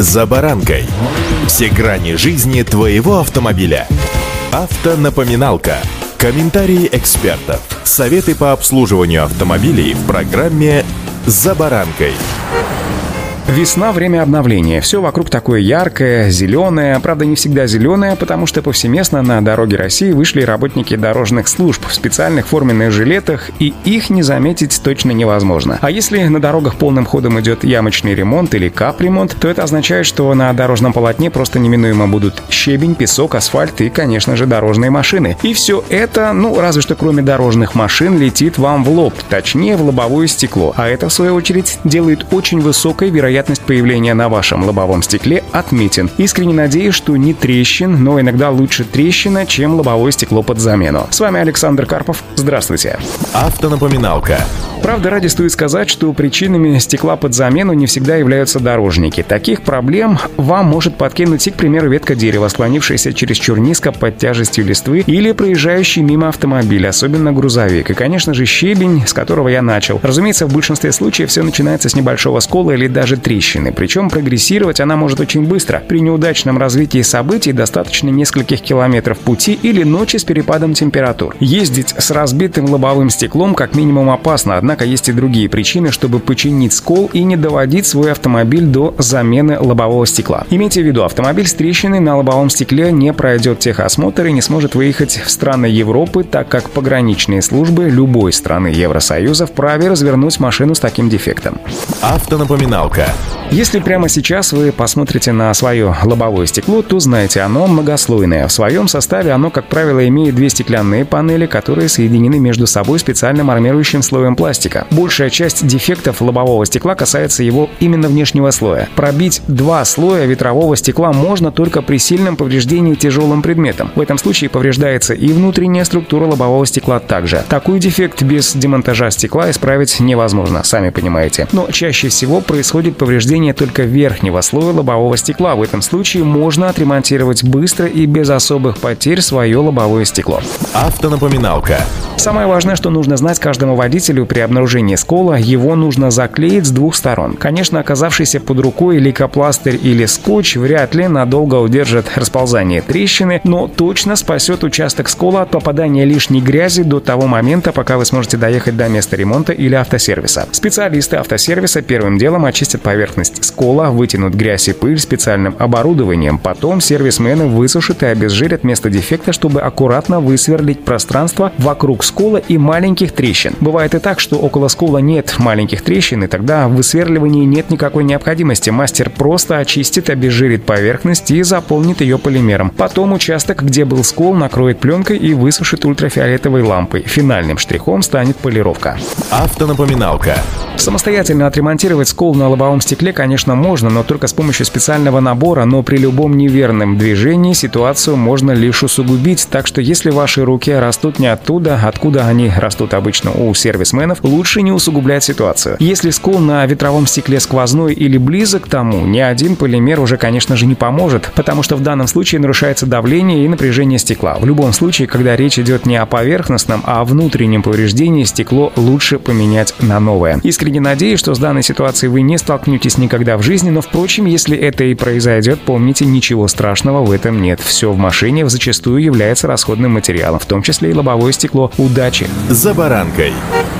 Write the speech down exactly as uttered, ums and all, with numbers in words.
«За баранкой». Все грани жизни твоего автомобиля. Автонапоминалка. Комментарии экспертов. Советы по обслуживанию автомобилей в программе «За баранкой». Весна – время обновления. Все вокруг такое яркое, зеленое. Правда, не всегда зеленое, потому что повсеместно на дороге России вышли работники дорожных служб в специальных форменных жилетах, и их не заметить точно невозможно. А если на дорогах полным ходом идет ямочный ремонт или капремонт, то это означает, что на дорожном полотне просто неминуемо будут щебень, песок, асфальт и, конечно же, дорожные машины. И все это, ну, разве что кроме дорожных машин, летит вам в лоб, точнее, в лобовое стекло. А это, в свою очередь, делает очень высокой вероятность появления на вашем лобовом стекле отметин. Искренне надеюсь, что не трещин, но иногда лучше трещина, чем лобовое стекло под замену. С вами Александр Карпов. Здравствуйте. Автонапоминалка. Правда, ради стоит сказать, что причинами стекла под замену не всегда являются дорожники. Таких проблем вам может подкинуть и, к примеру, ветка дерева, склонившаяся чересчур низко под тяжестью листвы, или проезжающий мимо автомобиль, особенно грузовик. И, конечно же, щебень, с которого я начал. Разумеется, в большинстве случаев все начинается с небольшого скола или даже трещины. Причем прогрессировать она может очень быстро. При неудачном развитии событий достаточно нескольких километров пути или ночи с перепадом температур. Ездить с разбитым лобовым стеклом как минимум опасно, однако есть и другие причины, чтобы починить скол и не доводить свой автомобиль до замены лобового стекла. Имейте в виду, автомобиль с трещиной на лобовом стекле не пройдет техосмотр и не сможет выехать в страны Европы, так как пограничные службы любой страны Евросоюза вправе развернуть машину с таким дефектом. Автонапоминалка. Если прямо сейчас вы посмотрите на свое лобовое стекло, то знаете, оно многослойное. В своем составе оно, как правило, имеет две стеклянные панели, которые соединены между собой специальным армирующим слоем пластика. Большая часть дефектов лобового стекла касается его именно внешнего слоя. Пробить два слоя ветрового стекла можно только при сильном повреждении тяжелым предметом. В этом случае повреждается и внутренняя структура лобового стекла также. Такой дефект без демонтажа стекла исправить невозможно, сами понимаете. Но чаще всего происходит повреждение только верхнего слоя лобового стекла. В этом случае можно отремонтировать быстро и без особых потерь свое лобовое стекло. Автонапоминалка. Самое важное, что нужно знать каждому водителю при обнаружении скола, его нужно заклеить с двух сторон. Конечно, оказавшийся под рукой лейкопластырь или скотч вряд ли надолго удержит расползание трещины, но точно спасет участок скола от попадания лишней грязи до того момента, пока вы сможете доехать до места ремонта или автосервиса. Специалисты автосервиса первым делом очистят поверхность скола, вытянут грязь и пыль специальным оборудованием. Потом сервисмены высушат и обезжирят место дефекта, чтобы аккуратно высверлить пространство вокруг скола и маленьких трещин. Бывает и так, что около скола нет маленьких трещин, и тогда в высверливании нет никакой необходимости. Мастер просто очистит, обезжирит поверхность и заполнит ее полимером. Потом участок, где был скол, накроет пленкой и высушит ультрафиолетовой лампой. Финальным штрихом станет полировка. Автонапоминалка. Самостоятельно отремонтировать скол на лобовом стекле, конечно, можно, но только с помощью специального набора, но при любом неверном движении ситуацию можно лишь усугубить. Так что если ваши руки растут не оттуда, откуда они растут обычно у сервисменов, лучше не усугублять ситуацию. Если скол на ветровом стекле сквозной или близок к тому, ни один полимер уже, конечно же, не поможет, потому что в данном случае нарушается давление и напряжение стекла. В любом случае, когда речь идет не о поверхностном, а о внутреннем повреждении, стекло лучше поменять на новое. Искренне надеюсь, что с данной ситуацией вы не столкнетесь никогда в жизни, но, впрочем, если это и произойдет, помните, ничего страшного в этом нет. Все в машине зачастую является расходным материалом, в том числе и лобовое стекло. Удачи! За баранкой.